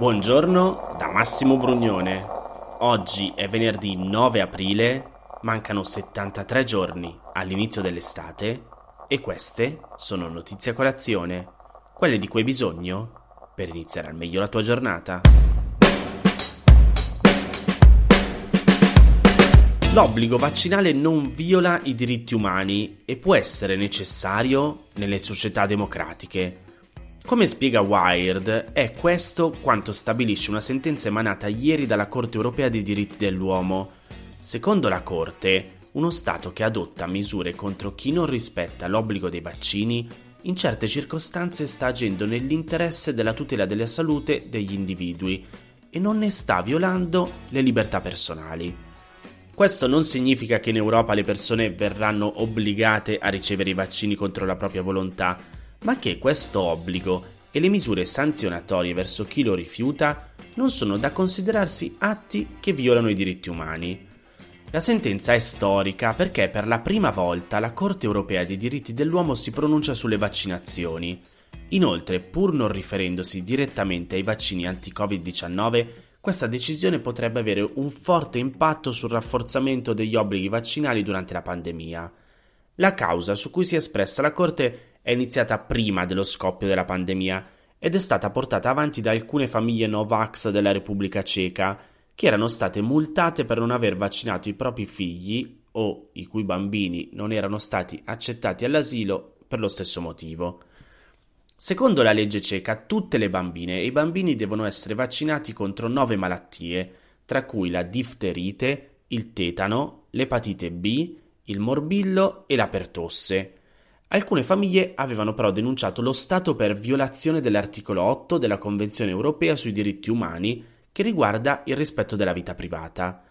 Buongiorno da Massimo Brugnone. Oggi è venerdì 9 aprile, mancano 73 giorni all'inizio dell'estate e queste sono notizie a colazione, quelle di cui hai bisogno per iniziare al meglio la tua giornata. L'obbligo vaccinale non viola i diritti umani e può essere necessario nelle società democratiche. Come spiega Wired, è questo quanto stabilisce una sentenza emanata ieri dalla Corte Europea dei diritti dell'uomo. Secondo la Corte, uno Stato che adotta misure contro chi non rispetta l'obbligo dei vaccini in certe circostanze sta agendo nell'interesse della tutela della salute degli individui e non ne sta violando le libertà personali. Questo non significa che in Europa le persone verranno obbligate a ricevere i vaccini contro la propria volontà, ma che questo obbligo e le misure sanzionatorie verso chi lo rifiuta non sono da considerarsi atti che violano i diritti umani. La sentenza è storica perché per la prima volta la Corte Europea dei diritti dell'uomo si pronuncia sulle vaccinazioni. Inoltre, pur non riferendosi direttamente ai vaccini anti-Covid-19, questa decisione potrebbe avere un forte impatto sul rafforzamento degli obblighi vaccinali durante la pandemia. La causa su cui si è espressa la Corte è iniziata prima dello scoppio della pandemia ed è stata portata avanti da alcune famiglie Novax della Repubblica Ceca che erano state multate per non aver vaccinato i propri figli o i cui bambini non erano stati accettati all'asilo per lo stesso motivo. Secondo la legge ceca, tutte le bambine e i bambini devono essere vaccinati contro 9 malattie, tra cui la difterite, il tetano, l'epatite B, il morbillo e la pertosse. Alcune famiglie avevano però denunciato lo Stato per violazione dell'articolo 8 della Convenzione europea sui diritti umani che riguarda il rispetto della vita privata.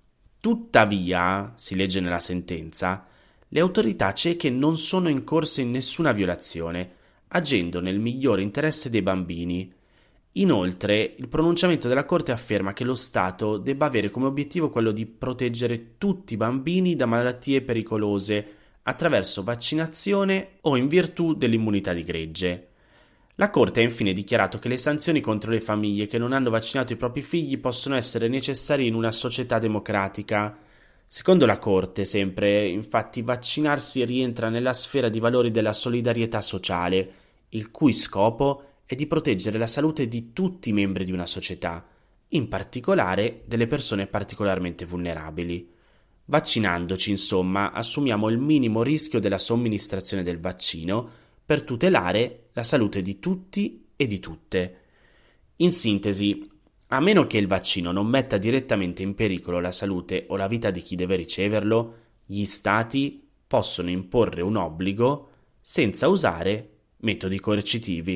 Tuttavia, si legge nella sentenza, le autorità ceche non sono incorse in nessuna violazione, agendo nel migliore interesse dei bambini. Inoltre, il pronunciamento della Corte afferma che lo Stato debba avere come obiettivo quello di proteggere tutti i bambini da malattie pericolose attraverso vaccinazione o in virtù dell'immunità di gregge. La Corte ha infine dichiarato che le sanzioni contro le famiglie che non hanno vaccinato i propri figli possono essere necessarie in una società democratica. Secondo la Corte, sempre, infatti, vaccinarsi rientra nella sfera di valori della solidarietà sociale, il cui scopo è di proteggere la salute di tutti i membri di una società, in particolare delle persone particolarmente vulnerabili. Vaccinandoci, insomma, assumiamo il minimo rischio della somministrazione del vaccino per tutelare la salute di tutti e di tutte. In sintesi, a meno che il vaccino non metta direttamente in pericolo la salute o la vita di chi deve riceverlo, gli Stati possono imporre un obbligo senza usare metodi coercitivi.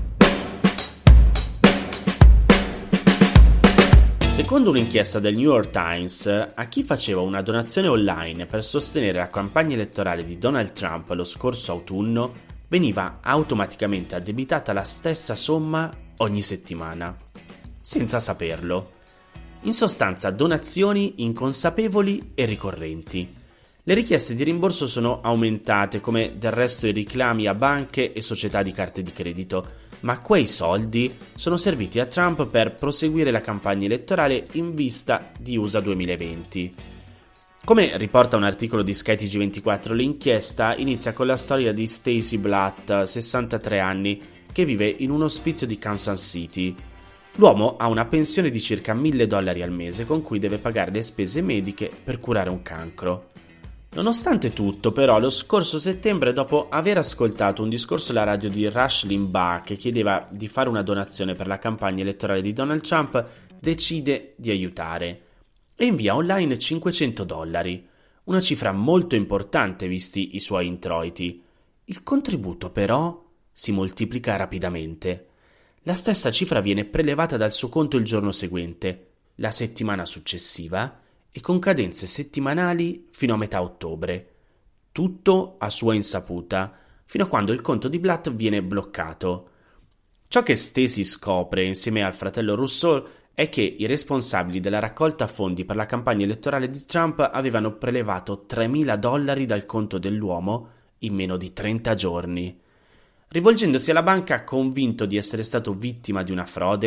Secondo un'inchiesta del New York Times, a chi faceva una donazione online per sostenere la campagna elettorale di Donald Trump lo scorso autunno, veniva automaticamente addebitata la stessa somma ogni settimana, senza saperlo. In sostanza, donazioni inconsapevoli e ricorrenti. Le richieste di rimborso sono aumentate, come del resto i richiami a banche e società di carte di credito, ma quei soldi sono serviti a Trump per proseguire la campagna elettorale in vista di USA 2020. Come riporta un articolo di SkyTG24, l'inchiesta inizia con la storia di Stacy Blatt, 63 anni, che vive in un ospizio di Kansas City. L'uomo ha una pensione di circa $1.000 al mese con cui deve pagare le spese mediche per curare un cancro. Nonostante tutto, però, lo scorso settembre, dopo aver ascoltato un discorso alla radio di Rush Limbaugh che chiedeva di fare una donazione per la campagna elettorale di Donald Trump, decide di aiutare e invia online $500, una cifra molto importante visti i suoi introiti. Il contributo, però, si moltiplica rapidamente. La stessa cifra viene prelevata dal suo conto il giorno seguente, la settimana successiva e con cadenze settimanali fino a metà ottobre. Tutto a sua insaputa, fino a quando il conto di Blatt viene bloccato. Ciò che Stacy scopre insieme al fratello Russell è che i responsabili della raccolta fondi per la campagna elettorale di Trump avevano prelevato $3.000 dal conto dell'uomo in meno di 30 giorni. Rivolgendosi alla banca convinto di essere stato vittima di una frode,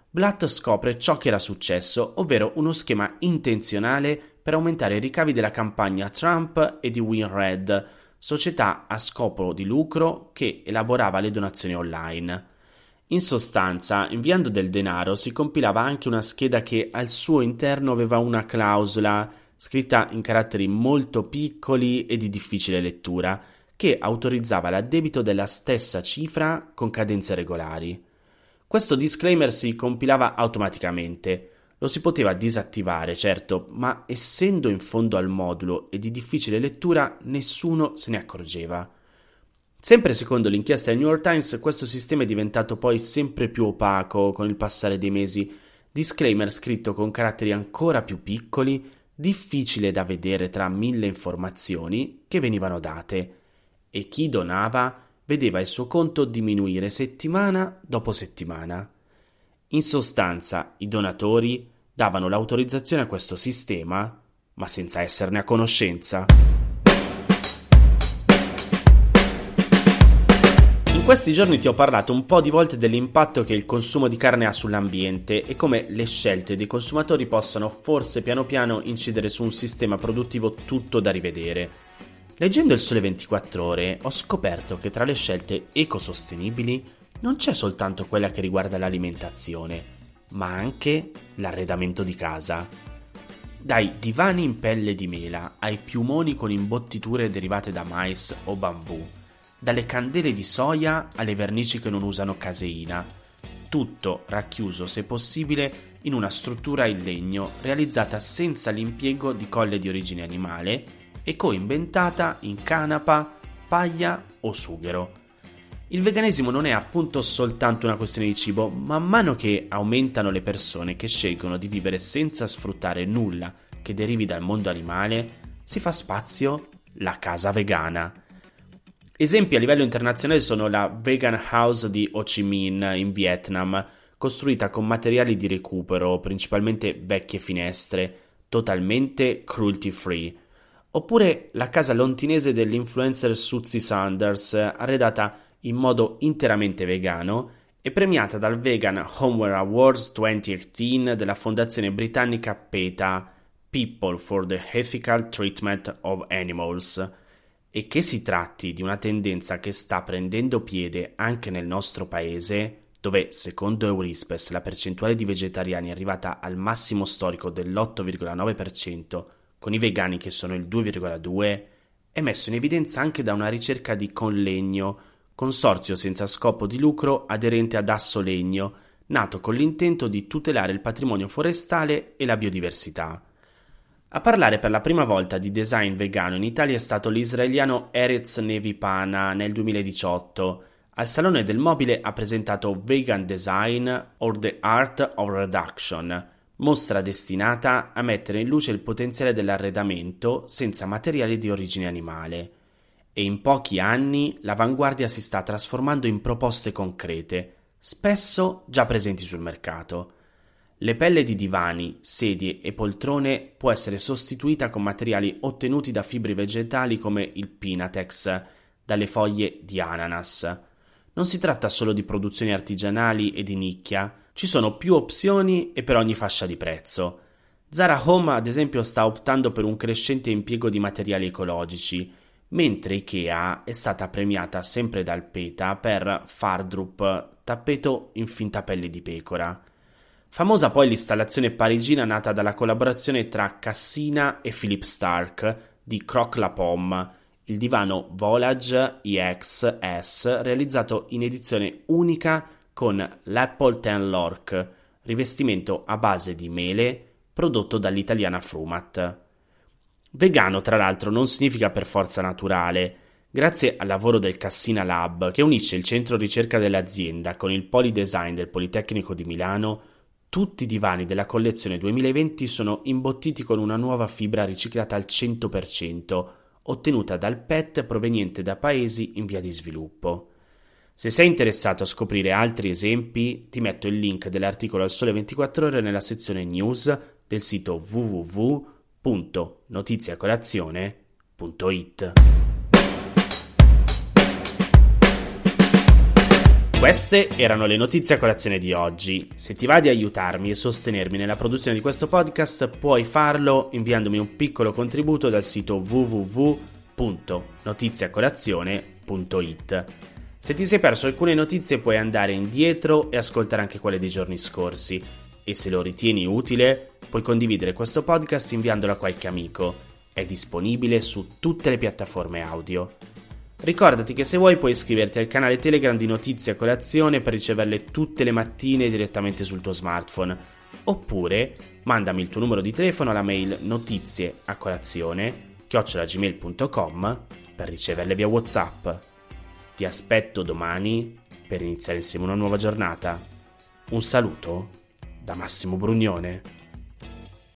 Blatt scopre ciò che era successo, ovvero uno schema intenzionale per aumentare i ricavi della campagna Trump e di WinRed, società a scopo di lucro che elaborava le donazioni online. In sostanza, inviando del denaro si compilava anche una scheda che al suo interno aveva una clausola scritta in caratteri molto piccoli e di difficile lettura, che autorizzava l'addebito della stessa cifra con cadenze regolari. Questo disclaimer si compilava automaticamente. Lo si poteva disattivare, certo, ma essendo in fondo al modulo e di difficile lettura, nessuno se ne accorgeva. Sempre secondo l'inchiesta del New York Times, questo sistema è diventato poi sempre più opaco con il passare dei mesi. Disclaimer scritto con caratteri ancora più piccoli, difficile da vedere tra 1000 informazioni che venivano date. E chi donava vedeva il suo conto diminuire settimana dopo settimana. In sostanza, i donatori davano l'autorizzazione a questo sistema, ma senza esserne a conoscenza. In questi giorni ti ho parlato un po' di volte dell'impatto che il consumo di carne ha sull'ambiente e come le scelte dei consumatori possano forse piano piano incidere su un sistema produttivo tutto da rivedere. Leggendo il Sole 24 Ore ho scoperto che tra le scelte ecosostenibili non c'è soltanto quella che riguarda l'alimentazione, ma anche l'arredamento di casa. Dai divani in pelle di mela ai piumoni con imbottiture derivate da mais o bambù, dalle candele di soia alle vernici che non usano caseina, tutto racchiuso se possibile in una struttura in legno realizzata senza l'impiego di colle di origine animale e coinventata in canapa, paglia o sughero. Il veganesimo non è appunto soltanto una questione di cibo, man mano che aumentano le persone che scelgono di vivere senza sfruttare nulla che derivi dal mondo animale, si fa spazio la casa vegana. Esempi a livello internazionale sono la Vegan House di Ho Chi Minh in Vietnam, costruita con materiali di recupero, principalmente vecchie finestre, totalmente cruelty free. Oppure la casa lontinese dell'influencer Suzy Sanders, arredata in modo interamente vegano e premiata dal Vegan Homeware Awards 2018 della fondazione britannica PETA, People for the Ethical Treatment of Animals. E che si tratti di una tendenza che sta prendendo piede anche nel nostro paese, dove secondo Eurispes la percentuale di vegetariani è arrivata al massimo storico dell'8,9%, con i vegani che sono il 2,2%, è messo in evidenza anche da una ricerca di Conlegno, consorzio senza scopo di lucro aderente ad Assolegno, nato con l'intento di tutelare il patrimonio forestale e la biodiversità. A parlare per la prima volta di design vegano in Italia è stato l'israeliano Erez Nevi-Pana nel 2018. Al Salone del Mobile ha presentato Vegan Design or the Art of Reduction, mostra destinata a mettere in luce il potenziale dell'arredamento senza materiali di origine animale. E in pochi anni l'avanguardia si sta trasformando in proposte concrete, spesso già presenti sul mercato. Le pelle di divani, sedie e poltrone può essere sostituita con materiali ottenuti da fibri vegetali come il Pinatex, dalle foglie di ananas. Non si tratta solo di produzioni artigianali e di nicchia, ci sono più opzioni e per ogni fascia di prezzo. Zara Home, ad esempio, sta optando per un crescente impiego di materiali ecologici, mentre Ikea è stata premiata sempre dal PETA per Fardrup, tappeto in finta pelle di pecora. Famosa poi l'installazione parigina nata dalla collaborazione tra Cassina e Philippe Starck di Croque la Pomme, il divano Volage EX-S realizzato in edizione unica con l'Apple X Lork, rivestimento a base di mele prodotto dall'italiana Frumat. Vegano, tra l'altro, non significa per forza naturale. Grazie al lavoro del Cassina Lab, che unisce il centro ricerca dell'azienda con il Polidesign del Politecnico di Milano, tutti i divani della collezione 2020 sono imbottiti con una nuova fibra riciclata al 100%, ottenuta dal PET proveniente da paesi in via di sviluppo. Se sei interessato a scoprire altri esempi, ti metto il link dell'articolo al Sole 24 Ore nella sezione news del sito www.notiziacolazione.it. Queste erano le notizie a colazione di oggi. Se ti va di aiutarmi e sostenermi nella produzione di questo podcast, puoi farlo inviandomi un piccolo contributo dal sito www.notiziacolazione.it. Se ti sei perso alcune notizie puoi andare indietro e ascoltare anche quelle dei giorni scorsi. E se lo ritieni utile, puoi condividere questo podcast inviandolo a qualche amico. È disponibile su tutte le piattaforme audio. Ricordati che se vuoi puoi iscriverti al canale Telegram di Notizie a Colazione per riceverle tutte le mattine direttamente sul tuo smartphone. Oppure mandami il tuo numero di telefono alla mail notizieacolazione@gmail.com per riceverle via WhatsApp. Ti aspetto domani per iniziare insieme una nuova giornata. Un saluto da Massimo Brugnone.